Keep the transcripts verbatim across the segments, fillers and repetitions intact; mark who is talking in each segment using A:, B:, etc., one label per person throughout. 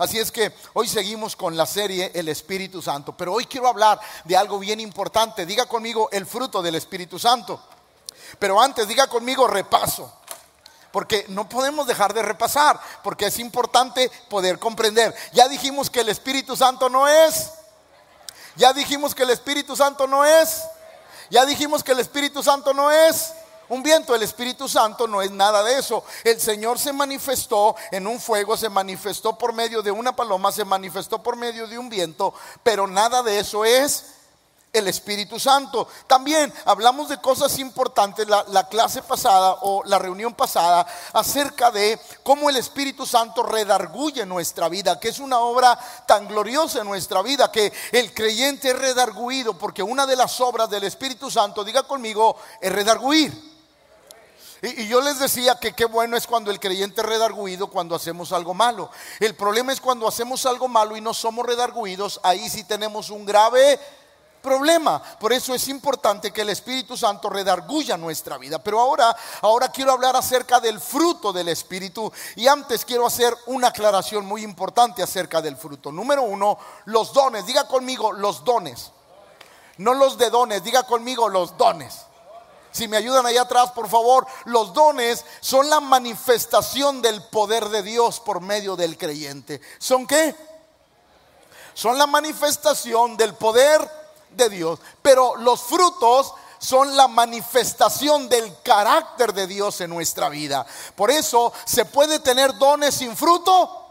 A: Así es que hoy seguimos con la serie El Espíritu Santo. Pero hoy quiero hablar de algo bien importante. Diga conmigo el fruto del Espíritu Santo. Pero antes diga conmigo repaso. Porque no podemos dejar de repasar, porque es importante poder comprender. Ya dijimos que el Espíritu Santo no es. Ya dijimos que el Espíritu Santo no es. Ya dijimos que el Espíritu Santo no es un viento. El Espíritu Santo no es nada de eso. El Señor se manifestó en un fuego, se manifestó por medio de una paloma, se manifestó por medio de un viento, pero nada de eso es el Espíritu Santo. También hablamos de cosas importantes la, la clase pasada o la reunión pasada acerca de cómo el Espíritu Santo redarguye nuestra vida, que es una obra tan gloriosa en nuestra vida, que el creyente es redarguido, porque una de las obras del Espíritu Santo, diga conmigo, es redarguir. Y, y yo les decía que qué bueno es cuando el creyente es redarguido cuando hacemos algo malo. El problema es cuando hacemos algo malo y no somos redarguidos. Ahí sí tenemos un grave problema. Por eso es importante que el Espíritu Santo redarguya nuestra vida. Pero ahora, ahora quiero hablar acerca del fruto del Espíritu. Y antes quiero hacer una aclaración muy importante acerca del fruto. Número uno, los dones. Diga conmigo los dones. No los de dones, diga conmigo los dones. Si me ayudan allá atrás, por favor. Los dones son la manifestación del poder de Dios por medio del creyente. ¿Son qué? Son la manifestación del poder de Dios. Pero los frutos son la manifestación del carácter de Dios en nuestra vida. Por eso, ¿se puede tener dones sin fruto?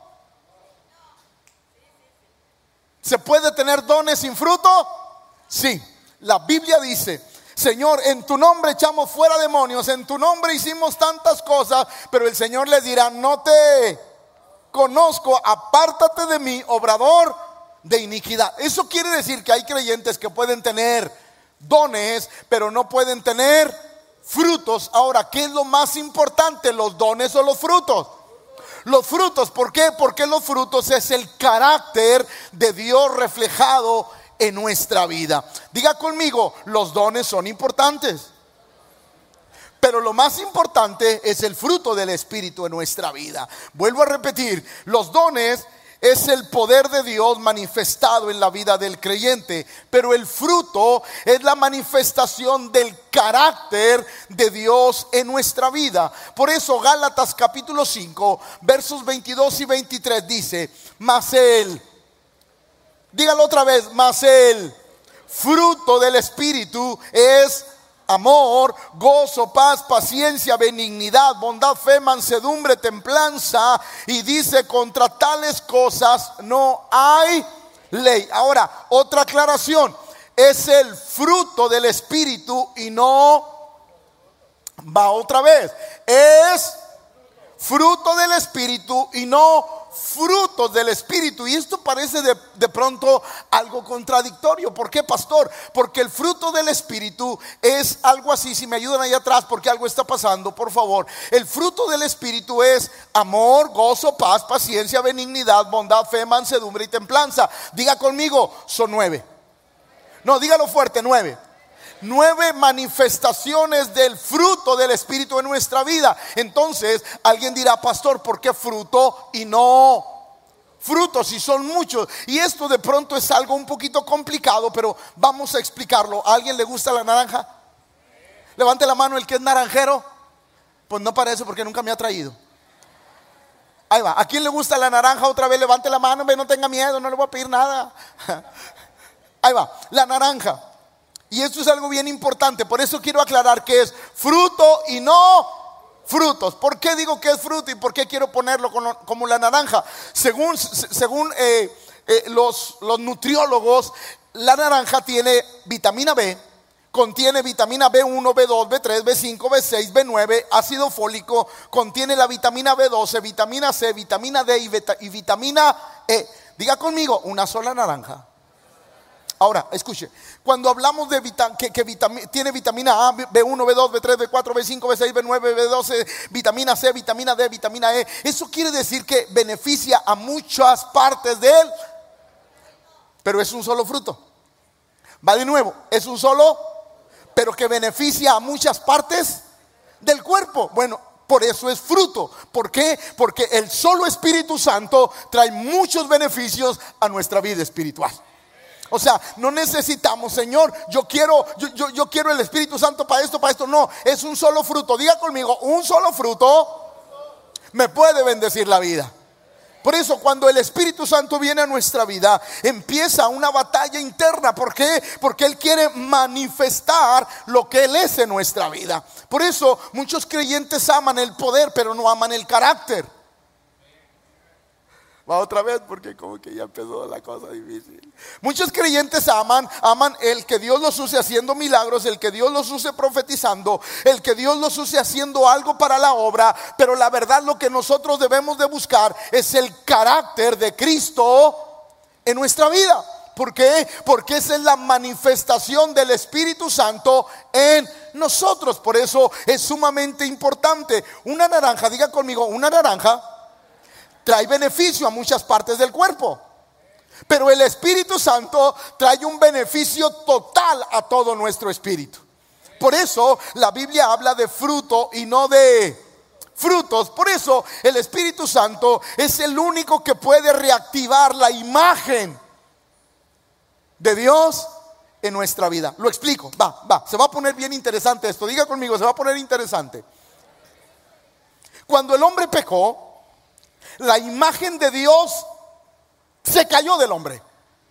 A: ¿Se puede tener dones sin fruto? Sí. La Biblia dice: Señor, en tu nombre echamos fuera demonios, en tu nombre hicimos tantas cosas, pero el Señor les dirá: no te conozco, apártate de mí, obrador de iniquidad. Eso quiere decir que hay creyentes que pueden tener dones, pero no pueden tener frutos. Ahora, ¿qué es lo más importante, los dones o los frutos? Los frutos, ¿por qué? Porque los frutos es el carácter de Dios reflejado en nuestra vida. Diga conmigo, los dones son importantes, pero lo más importante es el fruto del Espíritu en nuestra vida. Vuelvo a repetir, los dones es el poder de Dios manifestado en la vida del creyente, pero el fruto es la manifestación del carácter de Dios en nuestra vida. Por eso Gálatas capítulo cinco versos veintidós y veintitrés dice: mas el, dígalo otra vez, mas el fruto del Espíritu es amor, gozo, paz, paciencia, benignidad, bondad, fe, mansedumbre, templanza. Y dice: contra tales cosas no hay ley. Ahora, otra aclaración: es el fruto del Espíritu y no, va otra vez, es fruto del Espíritu y no frutos del Espíritu. Y esto parece de, de pronto algo contradictorio. ¿Por qué, pastor? Porque el fruto del Espíritu es algo así. Si me ayudan ahí atrás, porque algo está pasando, por favor. El fruto del Espíritu es amor, gozo, paz, paciencia, benignidad, bondad, fe, mansedumbre y templanza. Diga conmigo, son nueve. No, dígalo fuerte, nueve. Nueve manifestaciones del fruto del Espíritu en nuestra vida. Entonces alguien dirá: pastor, ¿por qué fruto y no frutos? Si son muchos. Y esto de pronto es algo un poquito complicado, pero vamos a explicarlo. ¿A alguien le gusta la naranja? Levante la mano el que es naranjero. Pues no parece, porque nunca me ha traído. Ahí va. ¿A quién le gusta la naranja? Otra vez levante la mano. No tenga miedo, no le voy a pedir nada. Ahí va, la naranja. Y esto es algo bien importante. Por eso quiero aclarar que es fruto y no frutos. ¿Por qué digo que es fruto y por qué quiero ponerlo como la naranja? Según, según eh, eh, los, los nutriólogos, la naranja tiene vitamina B, contiene vitamina B uno, B dos, B tres, B cinco, B seis, B nueve, ácido fólico, contiene la vitamina B doce, vitamina C, vitamina D y, beta, y vitamina E. Diga conmigo, una sola naranja. Ahora, escuche, cuando hablamos de vita, que, que vitami, tiene vitamina A, B uno, B dos, B tres, B cuatro, B cinco, B seis, B nueve, B doce, vitamina C, vitamina D, vitamina E, eso quiere decir que beneficia a muchas partes de él, pero es un solo fruto. Va de nuevo, es un solo, pero que beneficia a muchas partes del cuerpo. Bueno, Por eso es fruto. ¿Por qué? Porque el solo Espíritu Santo trae muchos beneficios a nuestra vida espiritual. O sea, no necesitamos, Señor, yo quiero, yo, yo, yo quiero el Espíritu Santo para esto, para esto. No, es un solo fruto. Diga conmigo, un solo fruto me puede bendecir la vida. Por eso cuando el Espíritu Santo viene a nuestra vida, empieza una batalla interna. ¿Por qué? Porque Él quiere manifestar lo que Él es en nuestra vida. Por eso muchos creyentes aman el poder, pero no aman el carácter. Va otra vez porque como que ya empezó la cosa difícil. Muchos creyentes aman, aman el que Dios los use haciendo milagros, el que Dios los use profetizando, el que Dios los use haciendo algo para la obra. Pero la verdad, lo que nosotros debemos de buscar es el carácter de Cristo en nuestra vida. ¿Por qué? Porque esa es la manifestación del Espíritu Santo en nosotros. Por eso es sumamente importante. Una naranja, diga conmigo, una naranja trae beneficio a muchas partes del cuerpo, pero el Espíritu Santo trae un beneficio total a todo nuestro espíritu. Por eso la Biblia habla de fruto y no de frutos. Por eso el Espíritu Santo es el único que puede reactivar la imagen de Dios en nuestra vida. Lo explico, va, va, se va a poner bien interesante esto. Diga conmigo, se va a poner interesante. Cuando el hombre pecó, la imagen de Dios se cayó del hombre.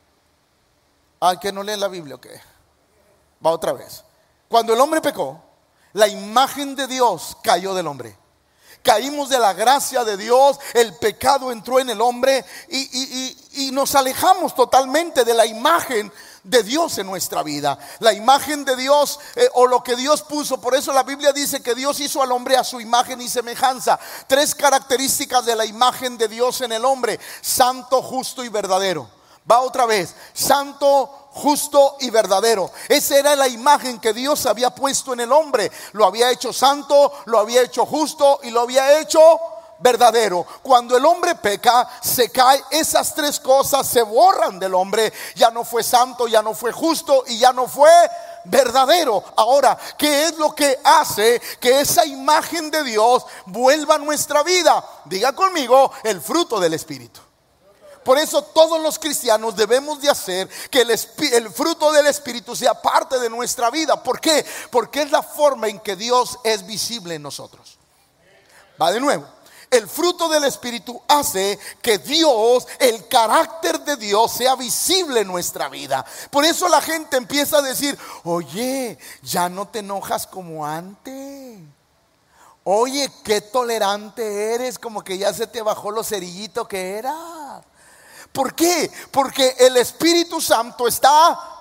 A: Ay, que no lee la Biblia, ¿o qué? Va otra vez. Cuando el hombre pecó, la imagen de Dios cayó del hombre. Caímos de la gracia de Dios, el pecado entró en el hombre y, y, y, y nos alejamos totalmente de la imagen de Dios en nuestra vida. La imagen de Dios eh, o lo que Dios puso. Por eso la Biblia dice que Dios hizo al hombre a su imagen y semejanza. Tres características de la imagen de Dios en el hombre: santo, justo y verdadero. Va otra vez: santo, justo y verdadero. Esa era la imagen que Dios había puesto en el hombre. Lo había hecho santo, lo había hecho justo y lo había hecho verdadero. Cuando el hombre peca, se cae, esas tres cosas se borran del hombre. Ya no fue santo, ya no fue justo y ya no fue verdadero. Ahora, ¿qué es lo que hace que esa imagen de Dios vuelva a nuestra vida? Diga conmigo, el fruto del Espíritu. Por eso todos los cristianos debemos de hacer que el, el fruto del Espíritu sea parte de nuestra vida. ¿Por qué? Porque es la forma en que Dios es visible en nosotros. Va de nuevo. El fruto del Espíritu hace que Dios, el carácter de Dios, sea visible en nuestra vida. Por eso la gente empieza a decir: oye, ya no te enojas como antes. Oye, qué tolerante eres, como que ya se te bajó lo cerillito que eras. ¿Por qué? Porque el Espíritu Santo está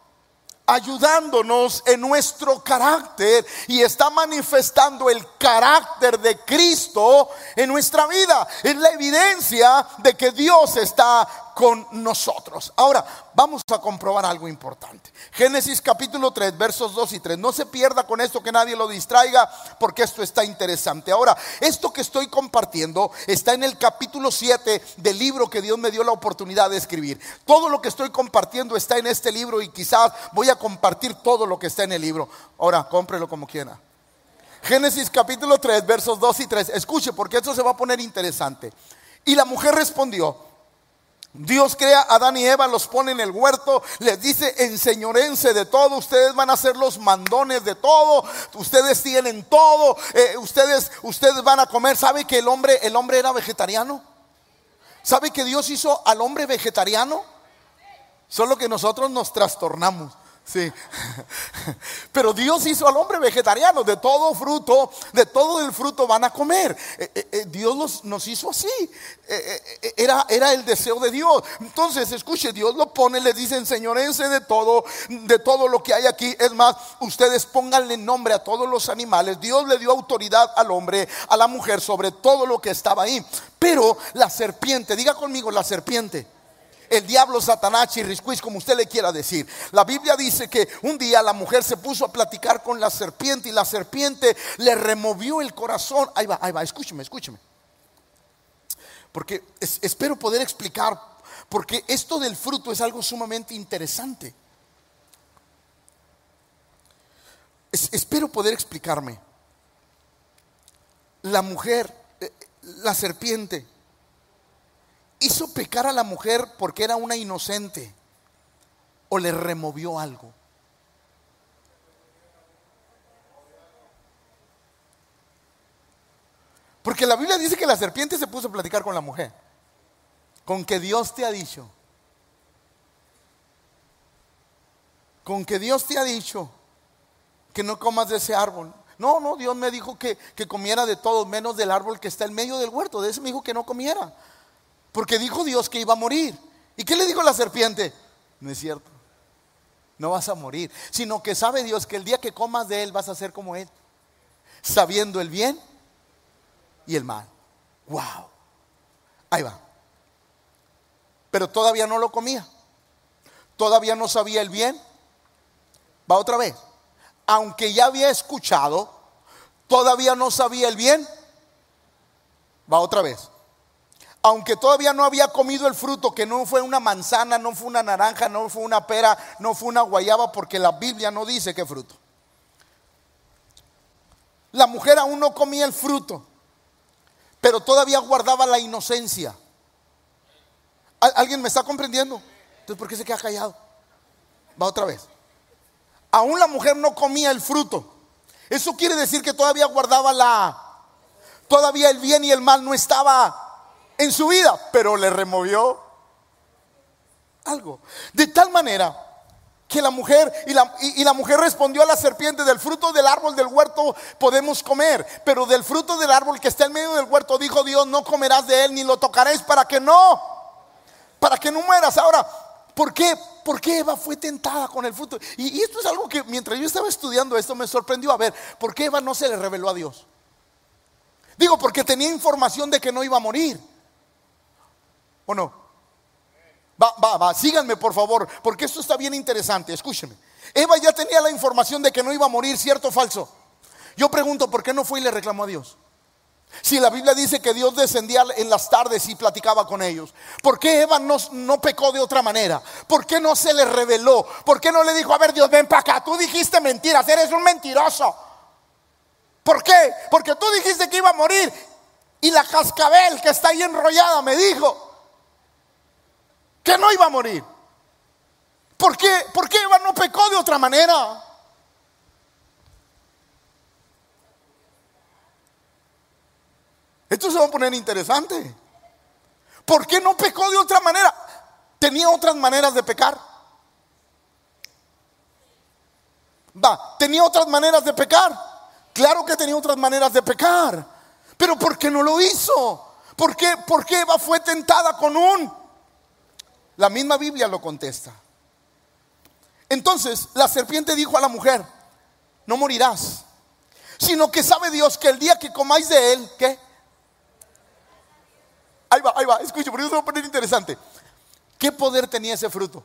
A: ayudándonos en nuestro carácter y está manifestando el carácter de Cristo en nuestra vida. Es la evidencia de que Dios está con nosotros. Ahora vamos a comprobar algo importante. Génesis capítulo tres, versos dos y tres. No se pierda con esto, que nadie lo distraiga, porque esto está interesante. Ahora, esto que estoy compartiendo está en el capítulo siete del libro que Dios me dio la oportunidad de escribir. Todo lo que estoy compartiendo está en este libro y quizás voy a compartir todo lo que está en el libro. Ahora, cómprelo como quiera. Génesis capítulo tres, versos dos y tres. Escuche, porque esto se va a poner interesante. Y la mujer respondió: Dios crea a Adán y Eva, los pone en el huerto, les dice: enseñorense de todo, ustedes van a ser los mandones de todo, ustedes tienen todo, eh, ustedes, ustedes van a comer. ¿Sabe que el hombre, el hombre era vegetariano? ¿Sabe que Dios hizo al hombre vegetariano? Solo que nosotros nos trastornamos. Sí, pero Dios hizo al hombre vegetariano. De todo fruto, de todo el fruto van a comer. eh, eh, Dios nos, nos hizo así. eh, eh, era, era el deseo de Dios. Entonces, escuche, Dios lo pone, les dice: enseñorense de todo, de todo lo que hay aquí. Es más, ustedes pónganle nombre a todos los animales. Dios le dio autoridad al hombre, a la mujer, sobre todo lo que estaba ahí. Pero la serpiente, diga conmigo, la serpiente, el diablo, Satanás, chirriscuis, como usted le quiera decir. La Biblia dice que un día la mujer se puso a platicar con la serpiente y la serpiente le removió el corazón. Ahí va, ahí va, escúcheme, escúcheme. Porque es, espero poder explicar, porque esto del fruto es algo sumamente interesante. Es, espero poder explicarme. la mujer, eh, la serpiente, hizo pecar a la mujer porque era una inocente o le removió algo. Porque la Biblia dice que la serpiente se puso a platicar con la mujer. Con que Dios te ha dicho. Con que Dios te ha dicho que no comas de ese árbol. No, no, Dios me dijo que, que comiera de todo menos del árbol que está en medio del huerto. De ese me dijo que no comiera. Porque dijo Dios que iba a morir. ¿Y qué le dijo la serpiente? No es cierto. No vas a morir. Sino que sabe Dios que el día que comas de él vas a ser como él. Sabiendo el bien y el mal. Wow. Ahí va. Pero todavía no lo comía. Todavía no sabía el bien. Va otra vez. Aunque ya había escuchado, todavía no sabía el bien. Va otra vez. Aunque todavía no había comido el fruto, que no fue una manzana, no fue una naranja, no fue una pera, no fue una guayaba, porque la Biblia no dice qué fruto. La mujer aún no comía el fruto, pero todavía guardaba la inocencia. ¿Alguien me está comprendiendo? Entonces, ¿por qué se queda callado? Va otra vez. Aún la mujer no comía el fruto. Eso quiere decir que todavía guardaba la... Todavía el bien y el mal no estaba en su vida, pero le removió algo. De tal manera que la mujer y la, y, y la mujer respondió a la serpiente: del fruto del árbol del huerto podemos comer, pero del fruto del árbol que está en medio del huerto, dijo Dios, no comerás de él ni lo tocaréis para que no, para que no mueras. Ahora, ¿por qué? ¿Por qué Eva fue tentada con el fruto? Y, y esto es algo que mientras yo estaba estudiando esto me sorprendió. A ver, ¿por qué Eva no se le reveló a Dios? Digo, porque tenía información de que no iba a morir. ¿O no? Va, va, va, síganme por favor, porque esto está bien interesante, escúchenme. Eva ya tenía la información de que no iba a morir, ¿cierto o falso? Yo pregunto, ¿por qué no fue y le reclamó a Dios? Si la Biblia dice que Dios descendía en las tardes y platicaba con ellos, ¿por qué Eva no, no pecó de otra manera? ¿Por qué no se le reveló? ¿Por qué no le dijo, a ver Dios, ven para acá, tú dijiste mentiras, eres un mentiroso? ¿Por qué? Porque tú dijiste que iba a morir y la cascabel que está ahí enrollada me dijo que no iba a morir. ¿Por qué? ¿Por qué Eva no pecó de otra manera? Esto se va a poner interesante. ¿Por qué no pecó de otra manera? ¿Tenía otras maneras de pecar? Va, ¿tenía otras maneras de pecar? Claro que tenía otras maneras de pecar. Pero ¿por qué no lo hizo? ¿Por qué, por qué Eva fue tentada con un? La misma Biblia lo contesta. Entonces la serpiente dijo a la mujer: no morirás, sino que sabe Dios que el día que comáis de él, ¿qué? Ahí va, ahí va, escucha, porque eso se va a poner interesante. ¿Qué poder tenía ese fruto?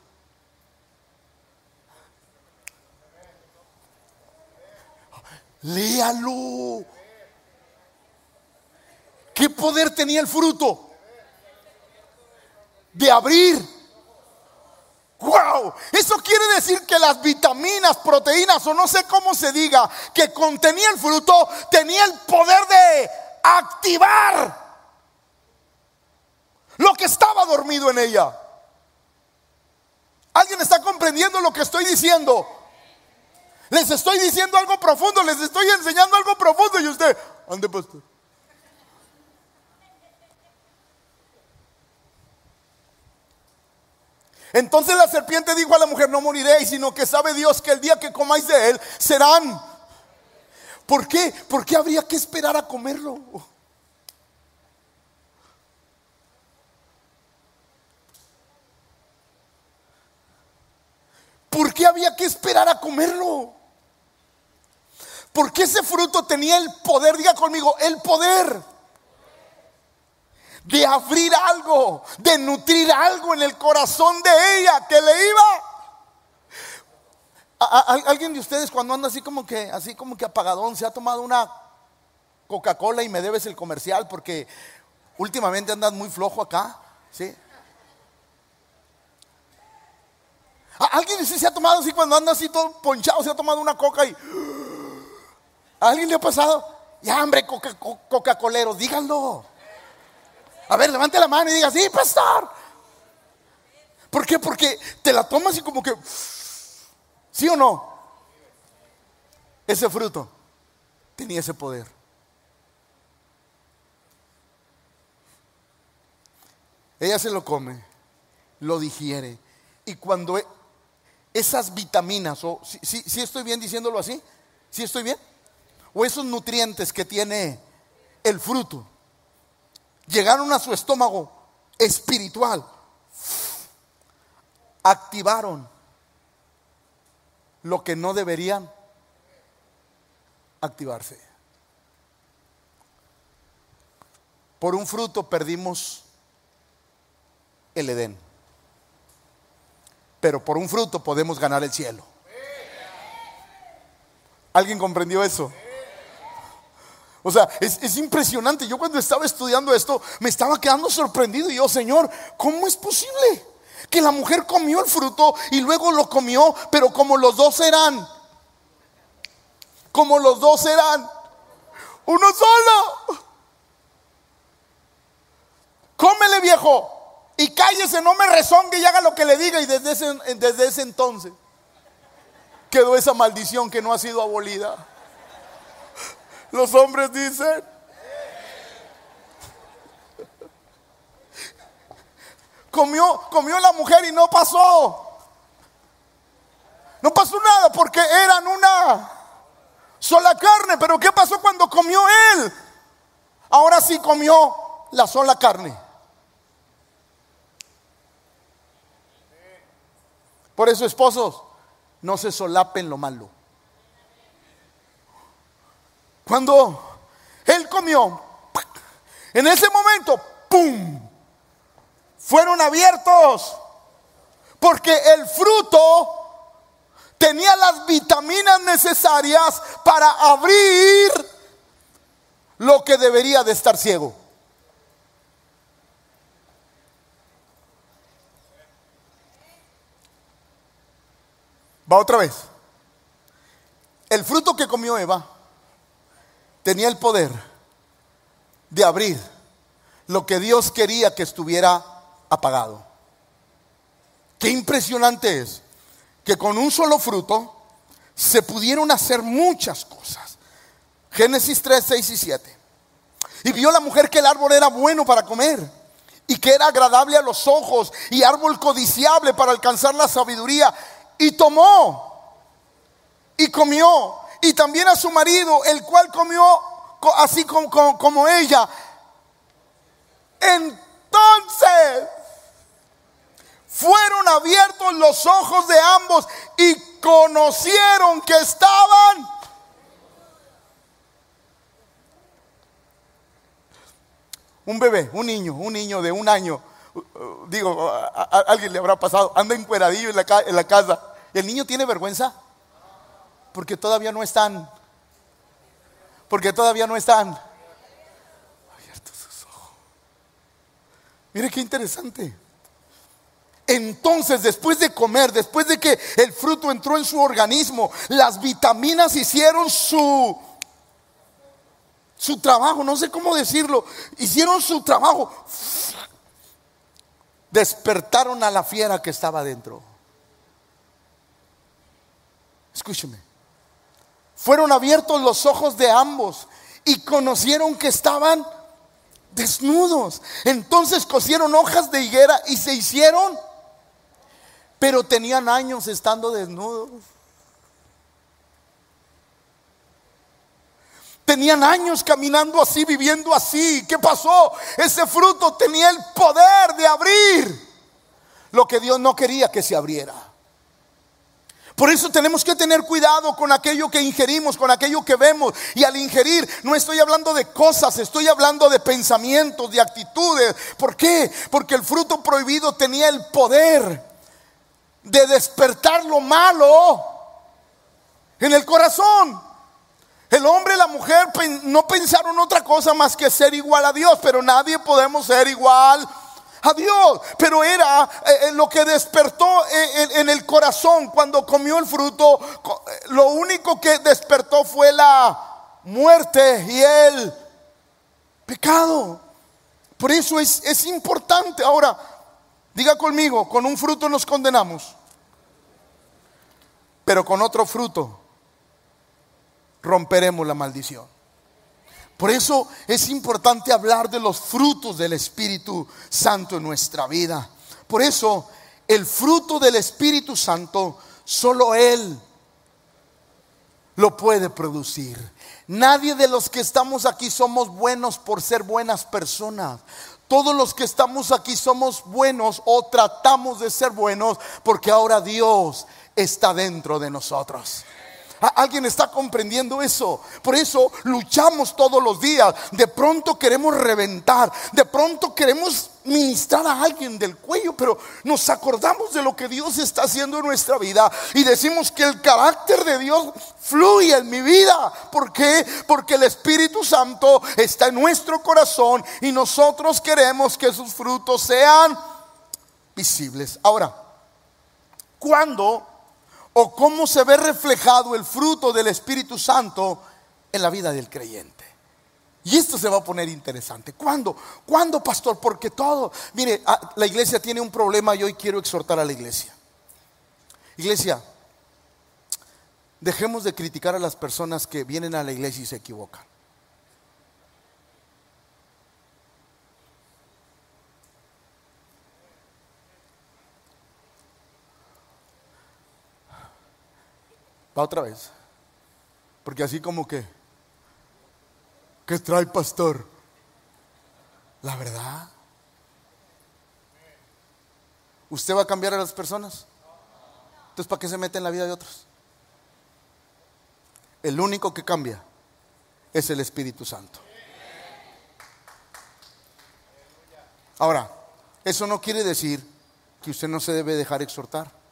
A: Léalo. ¿Qué poder tenía el fruto? De abrir. ¡Wow! Eso quiere decir que las vitaminas, proteínas o no sé cómo se diga que contenía el fruto, tenía el poder de activar lo que estaba dormido en ella. ¿Alguien está comprendiendo lo que estoy diciendo? Les estoy diciendo algo profundo, les estoy enseñando algo profundo y usted, ¿dónde, pastor? Entonces la serpiente dijo a la mujer: no moriréis, sino que sabe Dios que el día que comáis de él serán. ¿Por qué? ¿Por qué habría que esperar a comerlo? ¿Por qué había que esperar a comerlo? Porque ese fruto tenía el poder, diga conmigo, el poder de abrir algo, de nutrir algo en el corazón de ella que le iba. ¿A, a, ¿Alguien de ustedes cuando anda así como que así como que apagadón se ha tomado una Coca-Cola y me debes el comercial porque últimamente andas muy flojo acá? ¿Sí? ¿Alguien de ustedes se ha tomado así cuando anda así todo ponchado, se ha tomado una coca y ¿a alguien le ha pasado? Ya, hombre, coca, coca-coleros, díganlo. A ver, levante la mano y diga, sí, pastor. ¿Por qué? Porque te la tomas y como que, ¿sí o no? Ese fruto tenía ese poder. Ella se lo come, lo digiere, y cuando esas vitaminas, o si, si, si estoy bien diciéndolo así, si estoy bien, o esos nutrientes que tiene el fruto llegaron a su estómago espiritual, activaron lo que no deberían activarse. Por un fruto perdimos el Edén, pero por un fruto podemos ganar el cielo. ¿Alguien comprendió eso? O sea, es, es impresionante. Yo cuando estaba estudiando esto me estaba quedando sorprendido. Y yo, Señor, ¿cómo es posible que la mujer comió el fruto y luego lo comió? Pero como los dos eran Como los dos eran uno solo. Cómele, viejo, y cállese, no me rezongue y haga lo que le diga. Y desde ese, desde ese entonces quedó esa maldición que no ha sido abolida. Los hombres dicen. Comió, comió la mujer y no pasó. No pasó nada porque eran una sola carne. Pero ¿qué pasó cuando comió él? Ahora sí comió la sola carne. Por eso, esposos, no se solapen lo malo. Cuando él comió, en ese momento, ¡pum!, fueron abiertos, porque el fruto tenía las vitaminas necesarias para abrir lo que debería de estar ciego. Va otra vez. El fruto que comió Eva tenía el poder de abrir lo que Dios quería que estuviera apagado. Qué impresionante es que con un solo fruto se pudieron hacer muchas cosas. Génesis tres, seis y siete. Y vio la mujer que el árbol era bueno para comer, y que era agradable a los ojos, y árbol codiciable para alcanzar la sabiduría. Y tomó y comió, y también a su marido, el cual comió así como, como, como ella. Entonces fueron abiertos los ojos de ambos y conocieron que estaban un bebé, un niño, un niño de un año. Digo, a, a, a alguien le habrá pasado, anda encueradillo en la, en la casa. ¿El niño tiene vergüenza? Porque todavía no están Porque todavía no están abiertos sus ojos. Mire qué interesante. Entonces, después de comer, después de que el fruto entró en su organismo, las vitaminas hicieron su Su trabajo, no sé cómo decirlo. Hicieron su trabajo. Despertaron a la fiera que estaba dentro. Escúcheme. Fueron abiertos los ojos de ambos y conocieron que estaban desnudos. Entonces cosieron hojas de higuera y se hicieron, pero tenían años estando desnudos. Tenían años caminando así, viviendo así. ¿Qué pasó? Ese fruto tenía el poder de abrir lo que Dios no quería que se abriera. Por eso tenemos que tener cuidado con aquello que ingerimos, con aquello que vemos. Y al ingerir no estoy hablando de cosas, estoy hablando de pensamientos, de actitudes. ¿Por qué? Porque el fruto prohibido tenía el poder de despertar lo malo en el corazón. El hombre y la mujer no pensaron otra cosa más que ser igual a Dios, pero nadie podemos ser igual a Dios. Pero era eh, lo que despertó en, en el corazón cuando comió el fruto. Lo único que despertó fue la muerte y el pecado. Por eso es, es importante. Ahora, diga conmigo, con un fruto nos condenamos, pero con otro fruto romperemos la maldición. Por eso es importante hablar de los frutos del Espíritu Santo en nuestra vida. Por eso el fruto del Espíritu Santo solo Él lo puede producir. Nadie de los que estamos aquí somos buenos por ser buenas personas. Todos los que estamos aquí somos buenos o tratamos de ser buenos porque ahora Dios está dentro de nosotros. ¿Alguien está comprendiendo eso? Por eso luchamos todos los días. De pronto queremos reventar, de pronto queremos ministrar a alguien del cuello, pero nos acordamos de lo que Dios está haciendo en nuestra vida y decimos que el carácter de Dios fluye en mi vida. ¿Por qué? Porque el Espíritu Santo está en nuestro corazón y nosotros queremos que sus frutos sean visibles. Ahora, ¿cuándo o cómo se ve reflejado el fruto del Espíritu Santo en la vida del creyente? Y esto se va a poner interesante. ¿Cuándo? ¿Cuándo, pastor? Porque todo, mire, la iglesia tiene un problema y hoy quiero exhortar a la iglesia. Iglesia, dejemos de criticar a las personas que vienen a la iglesia y se equivocan. Va otra vez. Porque así como que, ¿qué trae, pastor? La verdad. ¿Usted va a cambiar a las personas? Entonces, ¿para qué se mete en la vida de otros? El único que cambia es el Espíritu Santo. Ahora, eso no quiere decir que usted no se debe dejar exhortar.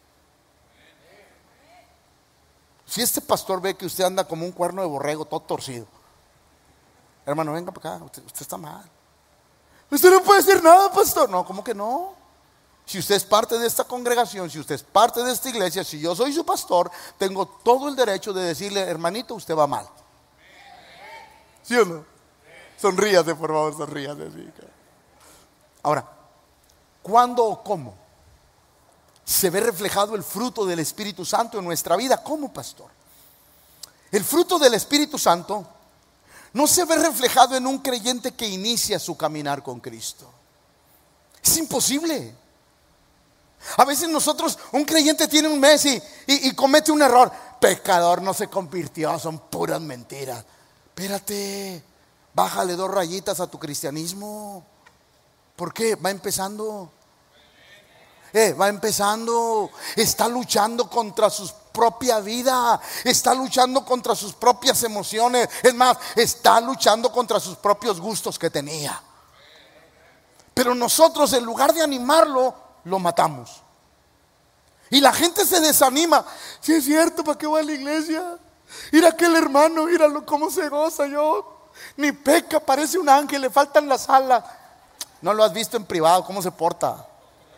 A: Si este pastor ve que usted anda como un cuerno de borrego, todo torcido, hermano, venga para acá, usted, usted está mal. Usted no puede decir nada, pastor. No, ¿cómo que no? Si usted es parte de esta congregación, si usted es parte de esta iglesia, si yo soy su pastor, tengo todo el derecho de decirle, hermanito, usted va mal. ¿Sí o no? Sonríase, por favor, sonríase. Ahora, ¿cuándo o cómo se ve reflejado el fruto del Espíritu Santo en nuestra vida? ¿Cómo, pastor? El fruto del Espíritu Santo no se ve reflejado en un creyente que inicia su caminar con Cristo. Es imposible. A veces nosotros, un creyente tiene un mes y, y, y comete un error. Pecador, no se convirtió, son puras mentiras. Espérate, bájale dos rayitas a tu cristianismo. ¿Por qué? Va empezando. Eh, va empezando, está luchando contra su propia vida, está luchando contra sus propias emociones, es más, está luchando contra sus propios gustos que tenía. Pero nosotros, en lugar de animarlo, lo matamos. Y la gente se desanima. Si es cierto, ¿para qué voy a la iglesia? Mira aquel hermano, míralo cómo se goza. Yo ni peca, parece un ángel, le faltan las alas. No lo has visto en privado, cómo se porta.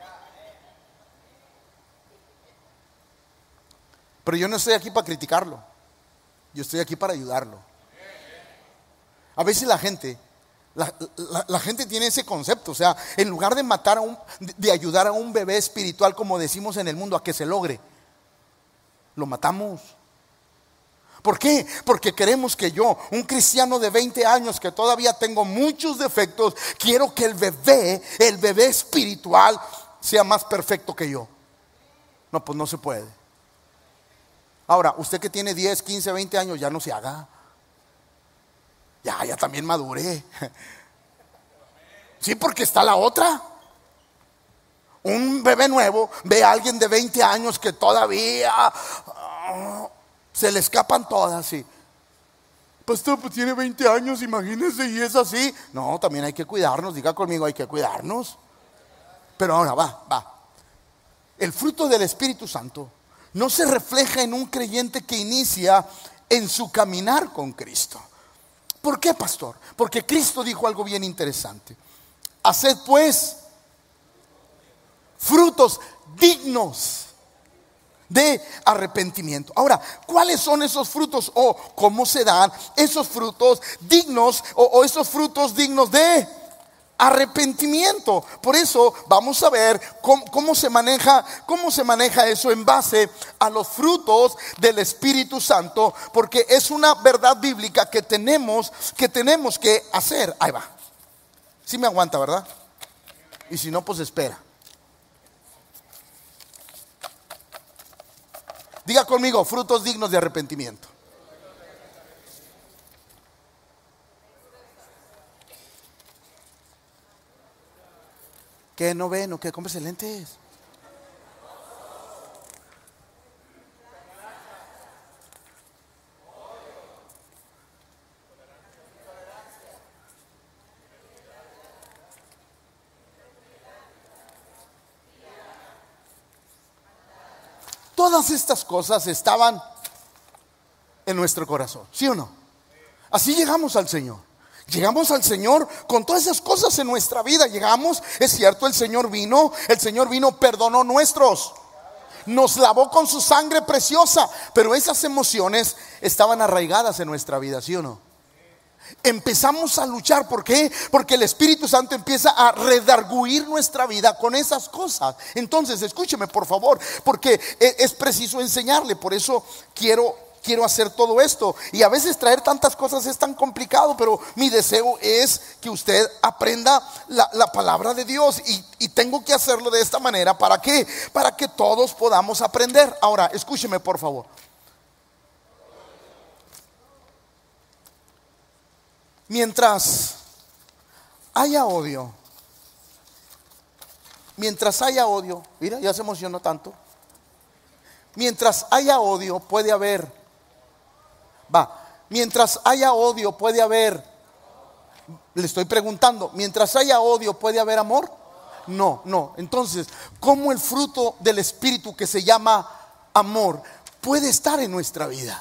A: Pero yo no estoy aquí para criticarlo, yo estoy aquí para ayudarlo. A veces la gente, la, la, la gente tiene ese concepto, o sea, en lugar de matar a un, de ayudar a un bebé espiritual, como decimos en el mundo, a que se logre, lo matamos. ¿Por qué? Porque queremos que yo, un cristiano de veinte años que todavía tengo muchos defectos, quiero que el bebé, el bebé espiritual sea más perfecto que yo. No, pues no se puede. Ahora, usted que tiene diez, quince, veinte años, ya no se haga. Ya, ya también maduré. Sí, porque está la otra. Un bebé nuevo ve a alguien de veinte años que todavía uh, se le escapan todas. Y, pastor, pues tiene veinte años, imagínese, y es así. No, también hay que cuidarnos, diga conmigo, hay que cuidarnos. Pero ahora va, va. El fruto del Espíritu Santo no se refleja en un creyente que inicia en su caminar con Cristo. ¿Por qué, pastor? Porque Cristo dijo algo bien interesante. Haced pues frutos dignos de arrepentimiento. Ahora, ¿cuáles son esos frutos o cómo se dan esos frutos dignos o, o esos frutos dignos de arrepentimiento? Por eso vamos a ver cómo, cómo se maneja, cómo se maneja eso en base a los frutos del Espíritu Santo, porque es una verdad bíblica que tenemos que tenemos que hacer. Ahí va. Si me aguanta, ¿verdad? Y si no, pues espera. Diga conmigo, frutos dignos de arrepentimiento. ¿Qué no ven o qué? Cómprese lentes. Todas estas cosas estaban en nuestro corazón, ¿sí o no? Así llegamos al Señor. Llegamos al Señor con todas esas cosas en nuestra vida. Llegamos, es cierto, el Señor vino, el Señor vino, perdonó nuestros, nos lavó con su sangre preciosa, pero esas emociones estaban arraigadas en nuestra vida, ¿sí o no? Empezamos a luchar, ¿por qué? Porque el Espíritu Santo empieza a redarguir nuestra vida con esas cosas. Entonces, escúcheme por favor, porque es preciso enseñarle. Por eso quiero Quiero hacer todo esto. Y a veces traer tantas cosas es tan complicado, pero mi deseo es que usted aprenda la, la palabra de Dios. Y, y tengo que hacerlo de esta manera. ¿Para qué? Para que todos podamos aprender. Ahora, escúcheme por favor. Mientras haya odio, mientras haya odio, mira, ya se emocionó tanto. Mientras haya odio puede haber, va, mientras haya odio puede haber, le estoy preguntando, mientras haya odio puede haber amor. No, no. Entonces, ¿cómo el fruto del Espíritu que se llama amor puede estar en nuestra vida?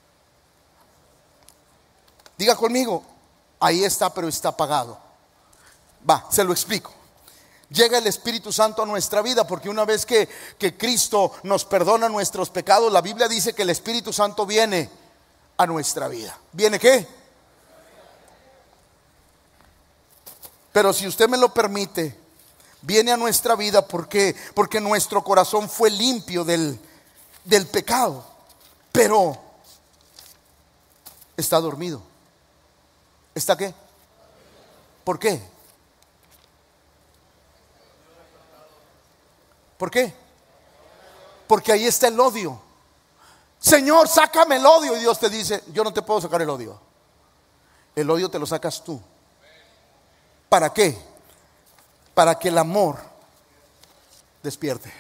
A: Diga conmigo, ahí está, pero está apagado. Va, se lo explico. Llega el Espíritu Santo a nuestra vida porque una vez que, que Cristo nos perdona nuestros pecados, la Biblia dice que el Espíritu Santo viene a nuestra vida. ¿Viene qué? Pero si usted me lo permite, viene a nuestra vida porque, porque nuestro corazón fue limpio del, del pecado, pero está dormido. ¿Está qué? ¿Por qué? ¿Por qué? Porque ahí está el odio. Señor, sácame el odio. Y Dios te dice, yo no te puedo sacar el odio. El odio te lo sacas tú. ¿Para qué? Para que el amor despierte.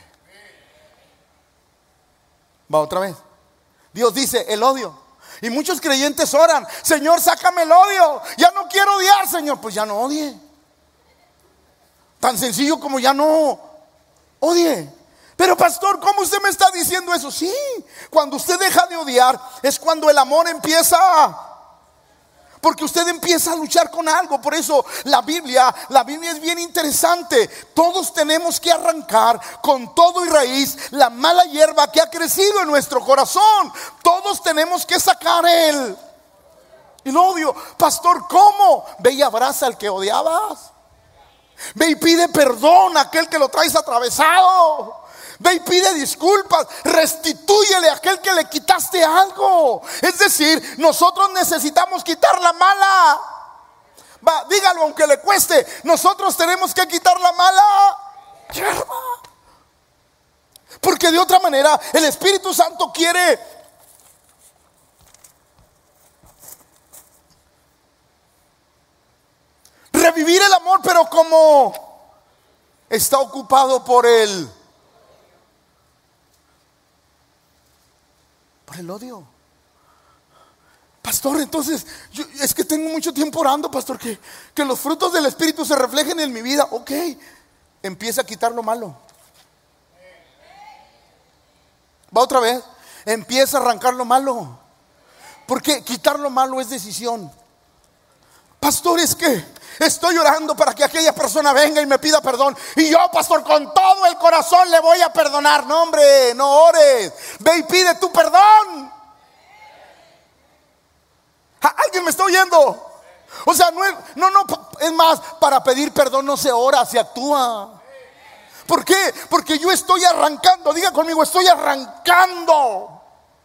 A: Va otra vez. Dios dice, el odio. Y muchos creyentes oran, Señor, sácame el odio. Ya no quiero odiar, Señor. Pues ya no odie. Tan sencillo como ya no odie. Pero pastor, ¿cómo usted me está diciendo eso? Sí, cuando usted deja de odiar es cuando el amor empieza a... Porque usted empieza a luchar con algo. Por eso la Biblia, la Biblia es bien interesante. Todos tenemos que arrancar con todo y raíz la mala hierba que ha crecido en nuestro corazón. Todos tenemos que sacar el, el odio. Pastor, ¿cómo? Ve y abraza al que odiabas. Ve y pide perdón a aquel que lo traes atravesado. Ve y pide disculpas, restitúyele a aquel que le quitaste algo. Es decir, nosotros necesitamos quitar la mala. Va, dígalo aunque le cueste. Nosotros tenemos que quitar la mala hierba. Porque de otra manera el Espíritu Santo quiere revivir el amor, pero como está ocupado por el el odio. Pastor, entonces yo, es que tengo mucho tiempo orando, pastor, que, que los frutos del Espíritu se reflejen en mi vida. Ok, empieza a quitar lo malo. Va otra vez. Empieza a arrancar lo malo. Porque quitar lo malo es decisión. Pastor, es que estoy orando para que aquella persona venga y me pida perdón. Y yo, pastor, con todo el corazón le voy a perdonar. No, hombre, no ores. Ve y pide tu perdón. ¿Alguien me está oyendo? O sea, no es, no, no, es más, para pedir perdón no se ora, se actúa. ¿Por qué? Porque yo estoy arrancando, diga conmigo, estoy arrancando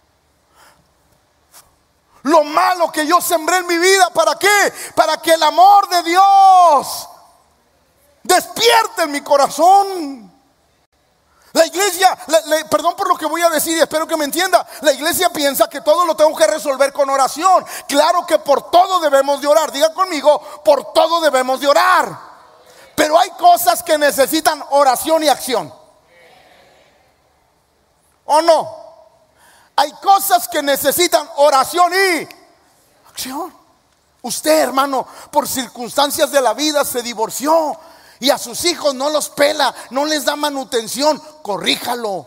A: lo malo que yo sembré en mi vida. ¿Para qué? Para que el amor de Dios despierte en mi corazón. La iglesia, la, la, perdón por lo que voy a decir y espero que me entienda. La iglesia piensa que todo lo tengo que resolver con oración. Claro que por todo debemos de orar. Diga conmigo, por todo debemos de orar. Pero hay cosas que necesitan oración y acción. ¿O no? Hay cosas que necesitan oración y acción. Usted, hermano, por circunstancias de la vida se divorció y a sus hijos no los pela, no les da manutención. Corríjalo.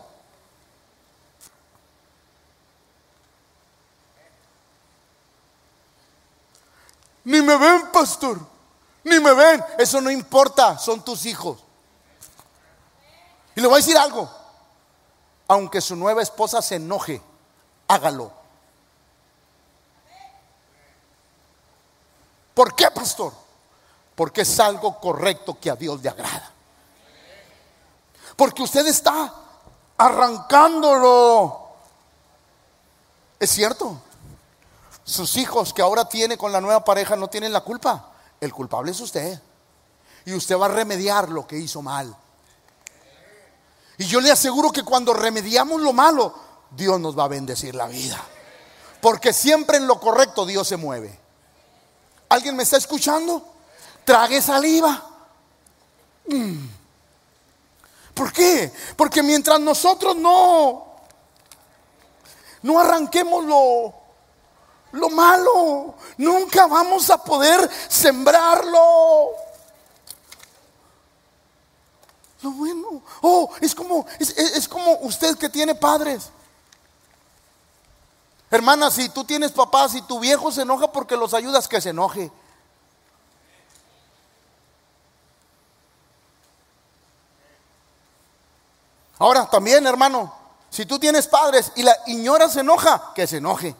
A: Ni me ven, pastor, ni me ven. Eso no importa, son tus hijos. Y le voy a decir algo. Aunque su nueva esposa se enoje, hágalo. ¿Por qué, pastor? Porque es algo correcto que a Dios le agrada. Porque usted está arrancándolo. Es cierto. Sus hijos que ahora tiene con la nueva pareja no tienen la culpa. El culpable es usted. Y usted va a remediar lo que hizo mal. Y yo le aseguro que cuando remediamos lo malo, Dios nos va a bendecir la vida. Porque siempre en lo correcto Dios se mueve. ¿Alguien me está escuchando? Trague saliva. Mm. ¿Por qué? Porque mientras nosotros no No arranquemos lo Lo malo, nunca vamos a poder sembrarlo. Lo bueno. Oh, es como es, es como usted que tiene padres. Hermana, si tú tienes papás y tu viejo se enoja porque los ayudas, que se enoje. Ahora también, hermano, si tú tienes padres y la señora se enoja, que se enoje.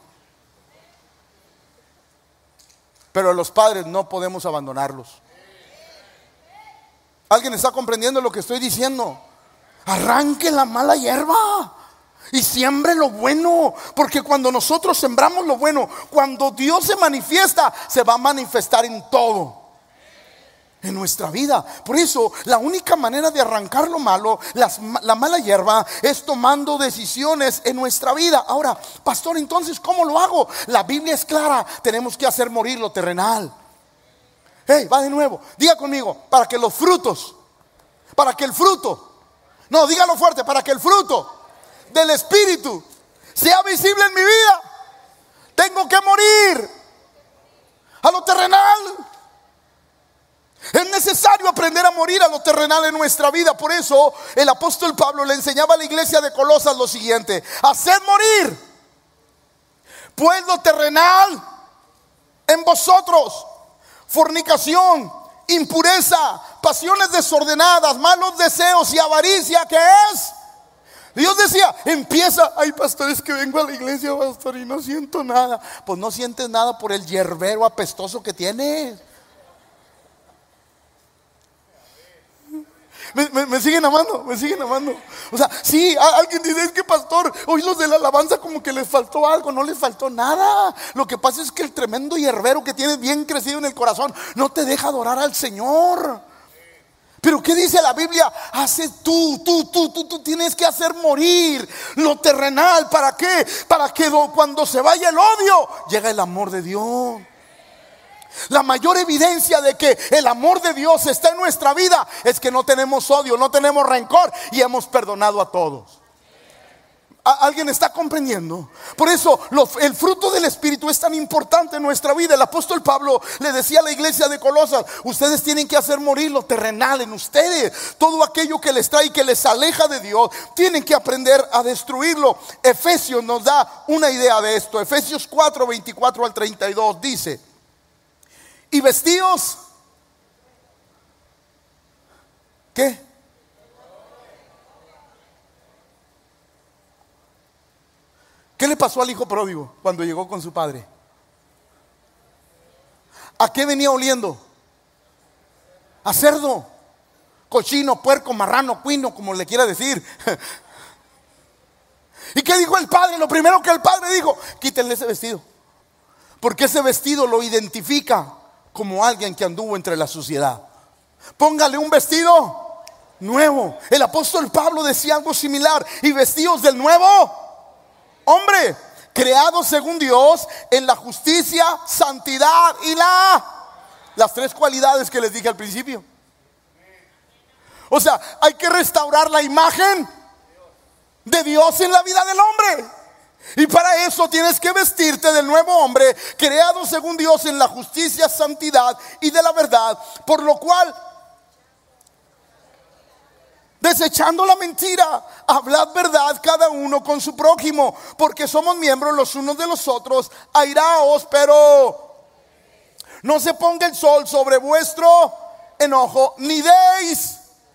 A: Pero a los padres no podemos abandonarlos. ¿Alguien está comprendiendo lo que estoy diciendo? Arranque la mala hierba y siembre lo bueno. Porque cuando nosotros sembramos lo bueno, cuando Dios se manifiesta, se va a manifestar en todo, en nuestra vida. Por eso la única manera de arrancar lo malo, las, la mala hierba, es tomando decisiones en nuestra vida. Ahora, pastor, entonces ¿cómo lo hago? La Biblia es clara, tenemos que hacer morir lo terrenal. Hey, va de nuevo, diga conmigo, para que los frutos, para que el fruto, no, dígalo fuerte, para que el fruto del Espíritu sea visible en mi vida, tengo que morir a lo terrenal. Es necesario aprender a morir a lo terrenal en nuestra vida. Por eso el apóstol Pablo le enseñaba a la iglesia de Colosas lo siguiente: haced morir pues lo terrenal en vosotros: fornicación, impureza, pasiones desordenadas, malos deseos y avaricia. ¿Qué es? Dios decía, empieza. Ay, pastor, es que vengo a la iglesia, pastor, y no siento nada. Pues no sientes nada por el hierbero apestoso que tienes. Me, me, me siguen amando, me siguen amando. O sea, sí, alguien dice, es que pastor, hoy los de la alabanza como que les faltó algo. No les faltó nada. Lo que pasa es que el tremendo hierbero que tienes bien crecido en el corazón no te deja adorar al Señor. Pero ¿qué dice la Biblia? Hace tú, tú, tú, tú, tú tienes que hacer morir lo terrenal. ¿Para qué? Para que cuando se vaya el odio, llega el amor de Dios. La mayor evidencia de que el amor de Dios está en nuestra vida es que no tenemos odio, no tenemos rencor y hemos perdonado a todos. ¿Alguien está comprendiendo? Por eso lo, el fruto del Espíritu es tan importante en nuestra vida. El apóstol Pablo le decía a la iglesia de Colosas: ustedes tienen que hacer morir lo terrenal en ustedes. Todo aquello que les trae y que les aleja de Dios, tienen que aprender a destruirlo. Efesios nos da una idea de esto. Efesios cuatro, veinticuatro al treinta y dos dice: y vestidos. ¿Qué? ¿Qué le pasó al hijo pródigo cuando llegó con su padre? ¿A qué venía oliendo? A cerdo, cochino, puerco, marrano, cuino, como le quiera decir. ¿Y qué dijo el padre? Lo primero que el padre dijo: quítenle ese vestido, porque ese vestido lo identifica como alguien que anduvo entre la suciedad. Póngale un vestido nuevo. El apóstol Pablo decía algo similar: y vestidos del nuevo hombre, creados según Dios en la justicia, santidad y la las tres cualidades que les dije al principio. O sea, hay que restaurar la imagen de Dios en la vida del hombre. Y para eso tienes que vestirte del nuevo hombre, creado según Dios en la justicia, santidad y de la verdad. Por lo cual, desechando la mentira, hablad verdad cada uno con su prójimo, porque somos miembros los unos de los otros. Airaos, pero no se ponga el sol sobre vuestro enojo, ni deis,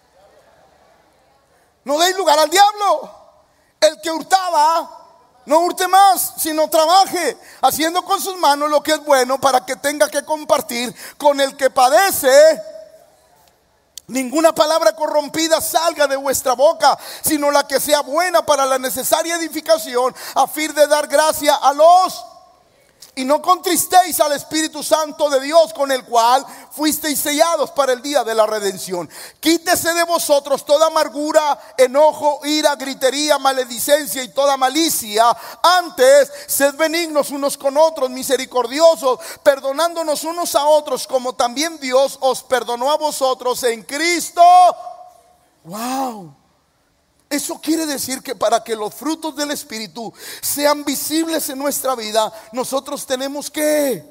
A: no deis lugar al diablo. El que hurtaba, no hurte más, sino trabaje, haciendo con sus manos lo que es bueno, para que tenga que compartir con el que padece. Ninguna palabra corrompida salga de vuestra boca, sino la que sea buena para la necesaria edificación, a fin de dar gracia a los. Y no contristéis al Espíritu Santo de Dios, con el cual fuisteis sellados para el día de la redención. Quítese de vosotros toda amargura, enojo, ira, gritería, maledicencia y toda malicia. Antes, sed benignos unos con otros, misericordiosos, perdonándonos unos a otros, como también Dios os perdonó a vosotros en Cristo. Wow. Eso quiere decir que para que los frutos del Espíritu sean visibles en nuestra vida, nosotros tenemos que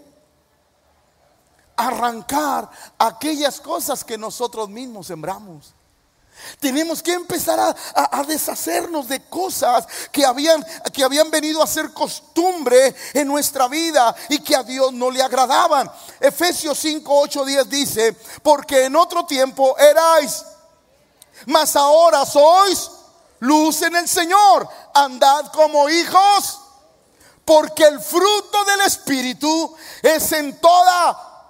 A: arrancar aquellas cosas que nosotros mismos sembramos. Tenemos que empezar a, a, a deshacernos de cosas que habían, que habían venido a ser costumbre en nuestra vida y que a Dios no le agradaban. Efesios cinco, ocho, diez dice: porque en otro tiempo erais, mas ahora sois luz en el Señor, andad como hijos, porque el fruto del Espíritu es en toda.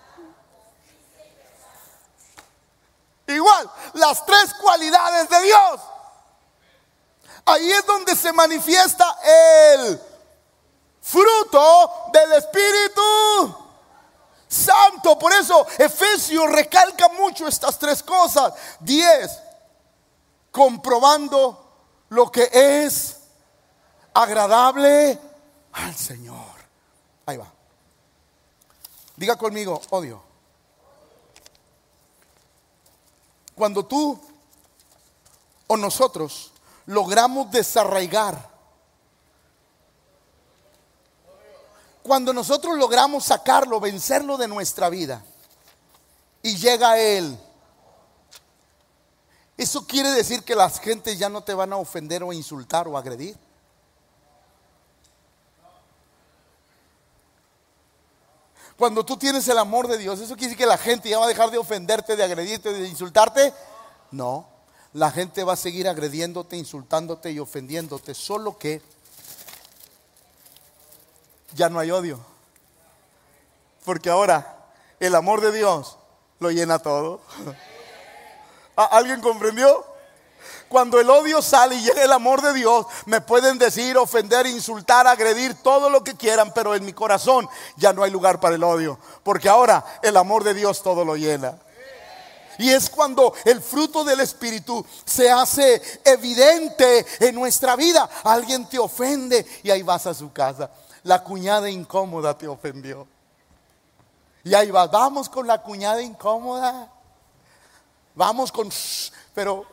A: Igual, las tres cualidades de Dios. Ahí es donde se manifiesta el fruto del Espíritu Santo. Por eso Efesios recalca mucho estas tres cosas. Diez, comprobando lo que es agradable al Señor. Ahí va. Diga conmigo: odio. Cuando tú o nosotros logramos desarraigar, cuando nosotros logramos sacarlo, vencerlo de nuestra vida, y llega a Él, eso quiere decir que las gentes ya no te van a ofender o insultar o agredir. Cuando tú tienes el amor de Dios, ¿eso quiere decir que la gente ya va a dejar de ofenderte, de agredirte, de insultarte? No, la gente va a seguir agrediéndote, insultándote y ofendiéndote, solo que ya no hay odio. Porque ahora el amor de Dios lo llena todo. ¿Alguien comprendió? Cuando el odio sale y llega el amor de Dios, me pueden decir, ofender, insultar, agredir, todo lo que quieran, pero en mi corazón ya no hay lugar para el odio, porque ahora el amor de Dios todo lo llena. Y es cuando el fruto del Espíritu se hace evidente en nuestra vida. Alguien te ofende y ahí vas a su casa. La cuñada incómoda te ofendió y ahí vas, vamos con la cuñada incómoda. Vamos con, pero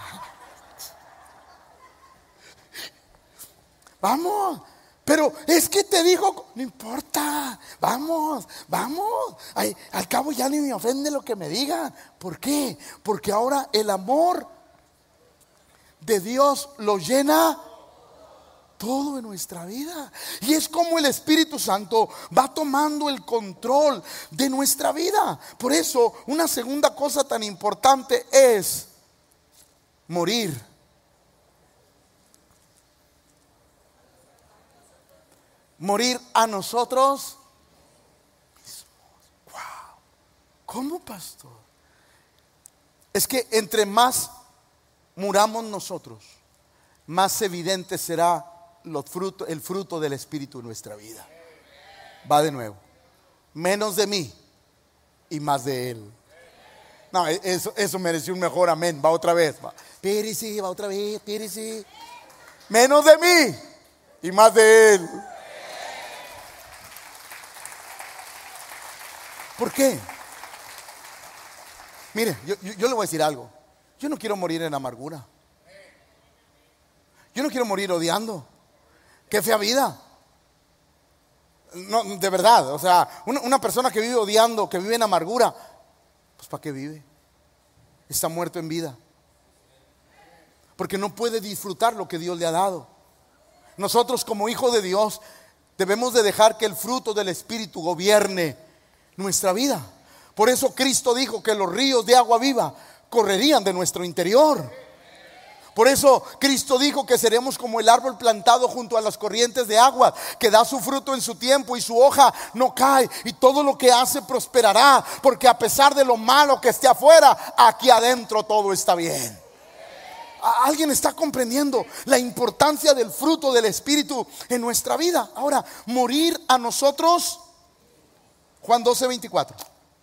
A: vamos, pero es que te dijo, no importa, vamos, vamos, ay, al cabo ya ni me ofende lo que me digan. ¿Por qué? Porque ahora el amor de Dios lo llena todo en nuestra vida. Y es como el Espíritu Santo va tomando el control de nuestra vida. Por eso, una segunda cosa tan importante es morir. Morir a nosotros. Wow. ¿Cómo, pastor? Es que entre más muramos nosotros, más evidente será los frutos, el fruto del Espíritu en nuestra vida. Va de nuevo. Menos de mí y más de Él. No, eso, eso mereció un mejor amén. Va otra vez. Va. Pírese, va otra vez. Pírese. Menos de mí y más de Él. ¿Por qué? Mire, yo, yo, yo le voy a decir algo. Yo no quiero morir en amargura. Yo no quiero morir odiando. Qué fea vida. No, de verdad. O sea, una, una persona que vive odiando, que vive en amargura, pues ¿para qué vive? Está muerto en vida. Porque no puede disfrutar lo que Dios le ha dado. Nosotros como hijos de Dios debemos de dejar que el fruto del Espíritu gobierne nuestra vida. Por eso Cristo dijo que los ríos de agua viva correrían de nuestro interior. Por eso Cristo dijo que seremos como el árbol plantado junto a las corrientes de agua, que da su fruto en su tiempo y su hoja no cae, y todo lo que hace prosperará, porque a pesar de lo malo que esté afuera, aquí adentro todo está bien. ¿Alguien está comprendiendo la importancia del fruto del Espíritu en nuestra vida? Ahora, morir a nosotros. Juan doce, veinticuatro.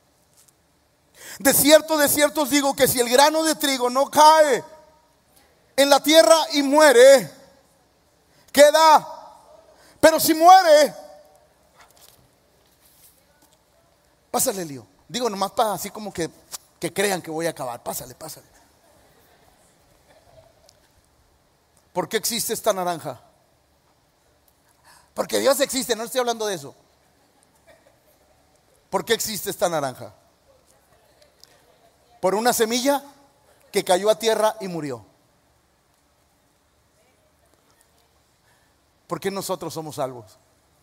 A: De cierto, de cierto os digo que si el grano de trigo no cae en la tierra y muere, queda. Pero si muere, pásale, Lío. Digo nomás para así como que, que crean que voy a acabar. Pásale, pásale. ¿Por qué existe esta naranja? Porque Dios existe, no estoy hablando de eso. ¿Por qué existe esta naranja? Por una semilla que cayó a tierra y murió. ¿Por qué nosotros somos salvos?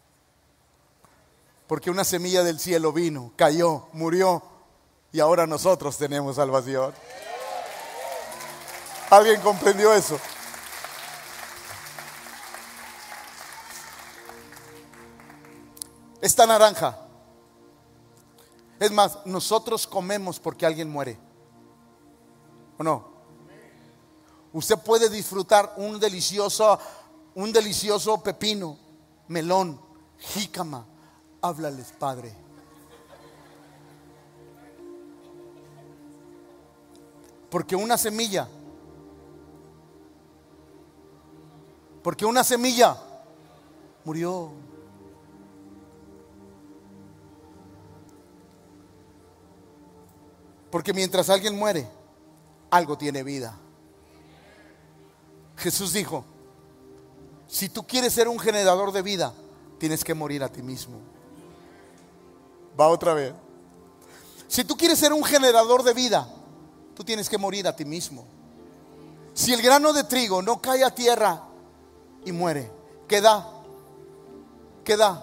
A: Porque una semilla del cielo vino, cayó, murió, y ahora nosotros tenemos salvación. ¿Alguien comprendió eso? Esta naranja, es más, nosotros comemos porque alguien muere, ¿o no? Usted puede disfrutar un delicioso, un delicioso pepino, melón, jícama. Háblales, Padre. Porque una semilla, porque una semilla murió. Porque mientras alguien muere, algo tiene vida. Jesús dijo, si tú quieres ser un generador de vida, tienes que morir a ti mismo. Va otra vez. Si tú quieres ser un generador de vida, tú tienes que morir a ti mismo. Si el grano de trigo no cae a tierra y muere, ¿qué da? ¿Qué da?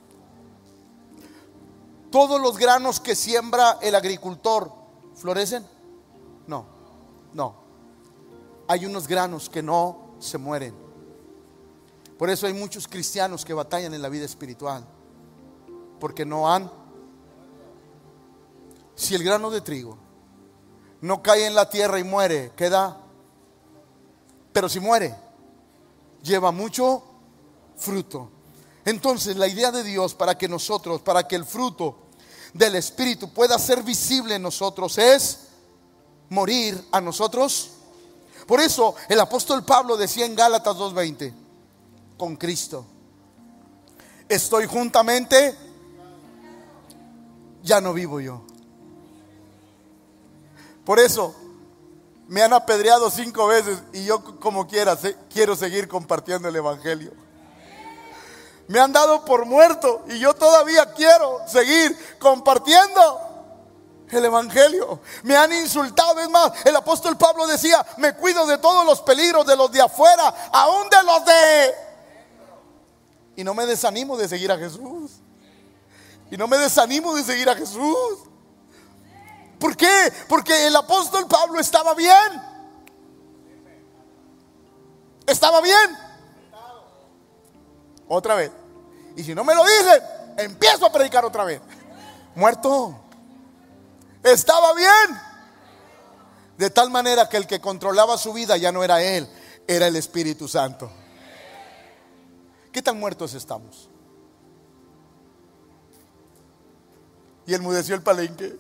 A: Todos los granos que siembra el agricultor, ¿florecen? No, no. Hay unos granos que no se mueren. Por eso hay muchos cristianos que batallan en la vida espiritual, porque no han. Si el grano de trigo no cae en la tierra y muere, ¿qué da? Pero si muere, lleva mucho fruto. Entonces la idea de Dios para que nosotros, para que el fruto del Espíritu pueda ser visible en nosotros es morir a nosotros. Por eso el apóstol Pablo decía en Gálatas dos veinte, con Cristo estoy juntamente, ya no vivo yo. Por eso me han apedreado cinco veces y yo como quiera se, quiero seguir compartiendo el evangelio. Me han dado por muerto y yo todavía quiero seguir compartiendo el evangelio. Me han insultado, es más, el apóstol Pablo decía, me cuido de todos los peligros de los de afuera, aún de los de Y no me desanimo de seguir a Jesús. Y no me desanimo de seguir a Jesús. ¿Por qué? Porque el apóstol Pablo estaba bien. Estaba bien. Otra vez. Y si no me lo dicen, empiezo a predicar otra vez. Muerto. Estaba bien. De tal manera que el que controlaba su vida ya no era él, era el Espíritu Santo. ¿Qué tan muertos estamos? Y enmudeció el palenque.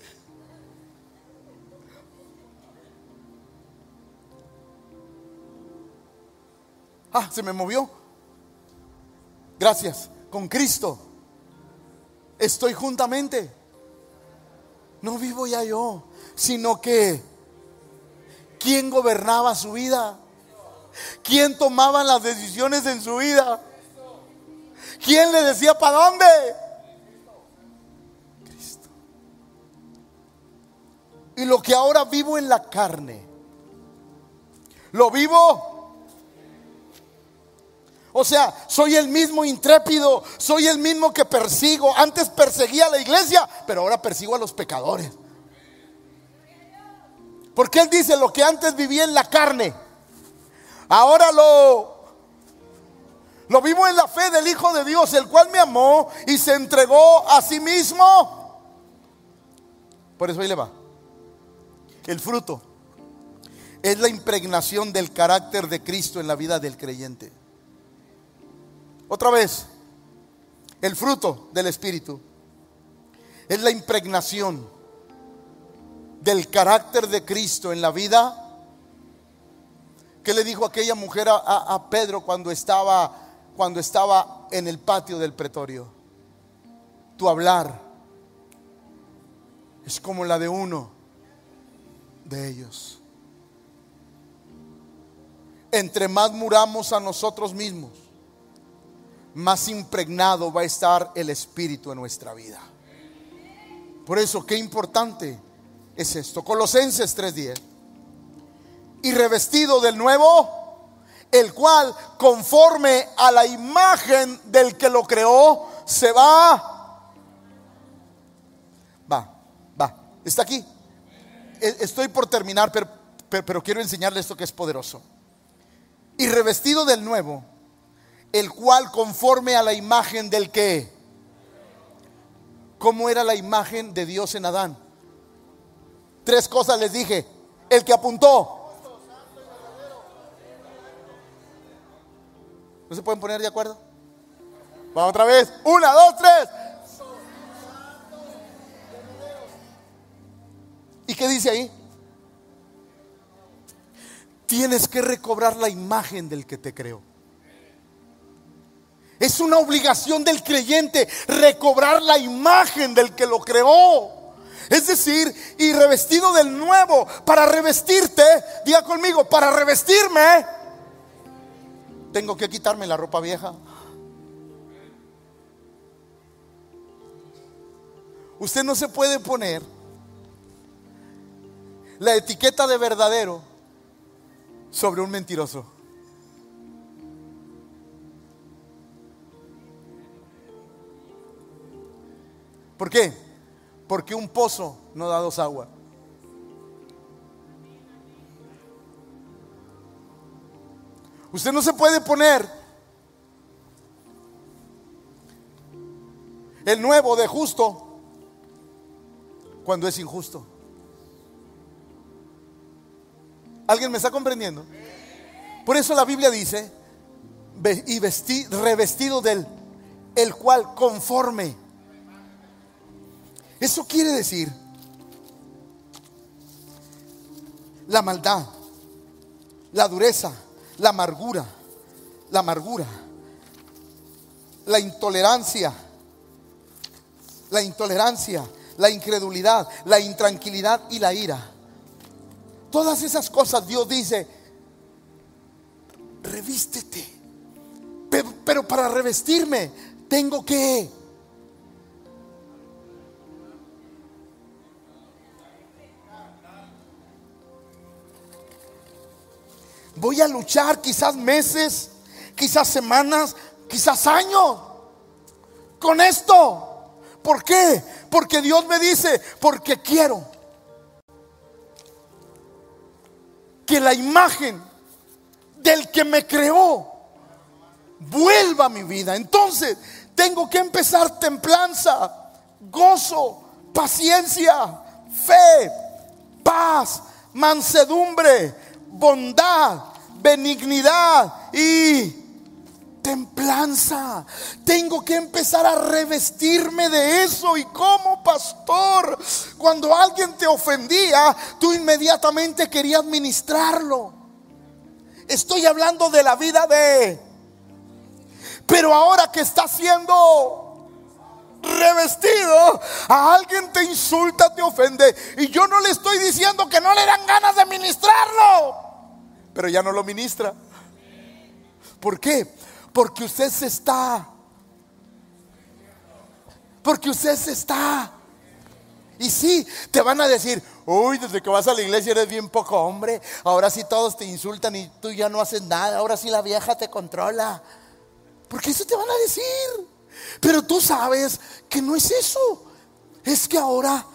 A: Ah, se me movió. Gracias. Con Cristo estoy juntamente. No vivo ya yo, sino que ¿quién gobernaba su vida? ¿Quién tomaba las decisiones en su vida? ¿Quién le decía para dónde? Cristo. Y lo que ahora vivo en la carne, lo vivo. O sea, soy el mismo intrépido, soy el mismo que persigo. Antes perseguía a la iglesia, pero ahora persigo a los pecadores. Porque él dice: lo que antes vivía en la carne, ahora lo Lo vivo en la fe del Hijo de Dios, el cual me amó y se entregó a sí mismo. Por eso ahí le va. El fruto es la impregnación del carácter de Cristo en la vida del creyente. Otra vez, el fruto del Espíritu es la impregnación del carácter de Cristo en la vida. ¿Qué le dijo aquella mujer a, a, a Pedro cuando estaba, cuando estaba en el patio del pretorio? Tu hablar es como la de uno de ellos. Entre más muramos a nosotros mismos, más impregnado va a estar el Espíritu en nuestra vida. Por eso, qué importante es esto. Colosenses tres diez. Y revestido del nuevo, el cual conforme a la imagen del que lo creó, se va. Va, va. ¿Está aquí? Estoy por terminar, pero, pero, pero quiero enseñarle esto que es poderoso. Y revestido del nuevo, el cual conforme a la imagen del que. ¿Cómo era la imagen de Dios en Adán? Tres cosas les dije. El que apuntó. ¿No se pueden poner de acuerdo? Vamos otra vez. Una, dos, tres. ¿Y qué dice ahí? Tienes que recobrar la imagen del que te creó. Es una obligación del creyente recobrar la imagen del que lo creó. Es decir, y revestido del nuevo. Para revestirte, diga conmigo, para revestirme, tengo que quitarme la ropa vieja. Usted no se puede poner la etiqueta de verdadero sobre un mentiroso. ¿Por qué? Porque un pozo no da dos aguas. Usted no se puede poner el nuevo de justo cuando es injusto. ¿Alguien me está comprendiendo? Por eso la Biblia dice: y vestí, revestido del el cual conforme. Eso quiere decir la maldad, la dureza, la amargura, la amargura, la intolerancia, la intolerancia, la incredulidad, la intranquilidad y la ira. Todas esas cosas Dios dice: revístete. Pero, pero para revestirme tengo que voy a luchar quizás meses, quizás semanas, quizás años con esto. ¿Por qué? Porque Dios me dice, porque quiero que la imagen del que me creó vuelva a mi vida. Entonces tengo que empezar templanza, gozo, paciencia, fe, paz, mansedumbre, bondad, benignidad y templanza. Tengo que empezar a revestirme de eso. Y como pastor, cuando alguien te ofendía, tú inmediatamente querías ministrarlo. Estoy hablando de la vida de... Pero ahora que está siendo revestido, a alguien te insulta, te ofende, y yo no le estoy diciendo que no le dan ganas de ministrarlo, pero ya no lo ministra. ¿Por qué? Porque usted se está Porque usted se está Y sí, te van a decir, uy, desde que vas a la iglesia eres bien poco hombre. Ahora sí todos te insultan y tú ya no haces nada. Ahora sí la vieja te controla. Porque eso te van a decir. Pero tú sabes que no es eso. Es que ahora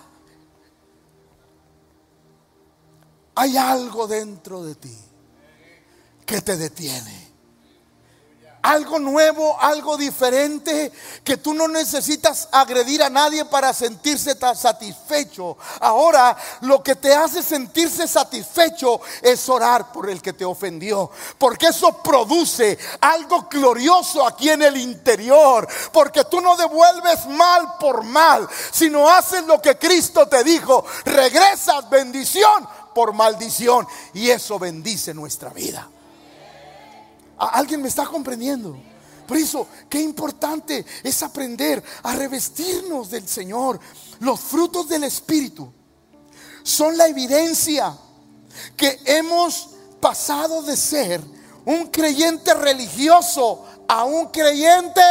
A: hay algo dentro de ti que te detiene. Algo nuevo, algo diferente, que tú no necesitas agredir a nadie para sentirse tan satisfecho. Ahora lo que te hace sentirse satisfecho es orar por el que te ofendió, porque eso produce algo glorioso aquí en el interior. Porque tú no devuelves mal por mal, sino haces lo que Cristo te dijo: regresas bendición por maldición, y eso bendice nuestra vida. ¿Alguien me está comprendiendo? Por eso, qué importante es aprender a revestirnos del Señor. Los frutos del Espíritu son la evidencia que hemos pasado de ser un creyente religioso a un creyente.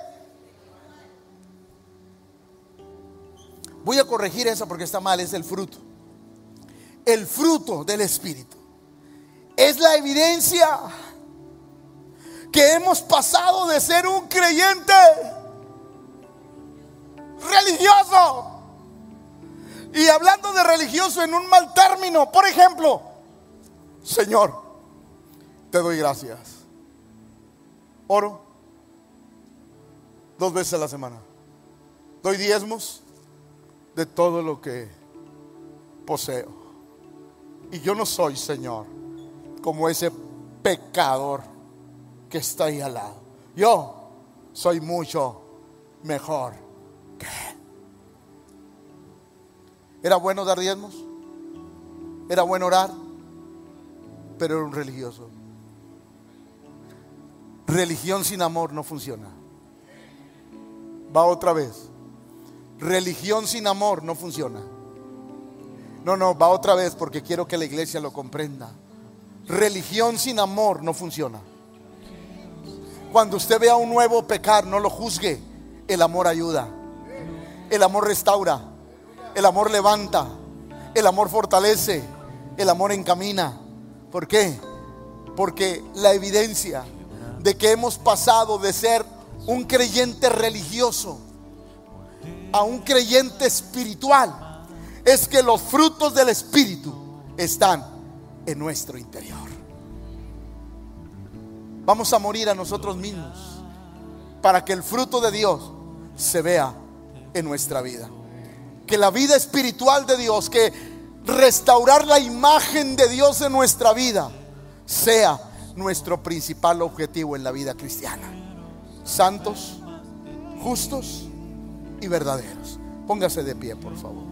A: Voy a corregir eso porque está mal, es el fruto. El fruto del Espíritu es la evidencia que hemos pasado de ser un creyente religioso. Y hablando de religioso en un mal término, por ejemplo, Señor, te doy gracias. Oro dos veces a la semana. Doy diezmos de todo lo que poseo. Y yo no soy, Señor, como ese pecador que está ahí al lado. Yo soy mucho mejor que él. Era bueno dar diezmos, era bueno orar, pero era un religioso. Religión sin amor no funciona. Va otra vez. Religión sin amor no funciona. No, no, va otra vez porque quiero que la iglesia lo comprenda. Religión sin amor no funciona. Cuando usted vea a un nuevo pecar, no lo juzgue. El amor ayuda, el amor restaura, el amor levanta, el amor fortalece, el amor encamina. ¿Por qué? Porque la evidencia de que hemos pasado de ser un creyente religioso a un creyente espiritual es que los frutos del Espíritu están en nuestro interior. Vamos a morir a nosotros mismos para que el fruto de Dios se vea en nuestra vida. Que la vida espiritual de Dios, que restaurar la imagen de Dios en nuestra vida, sea nuestro principal objetivo en la vida cristiana. Santos, justos y verdaderos. Póngase de pie, por favor.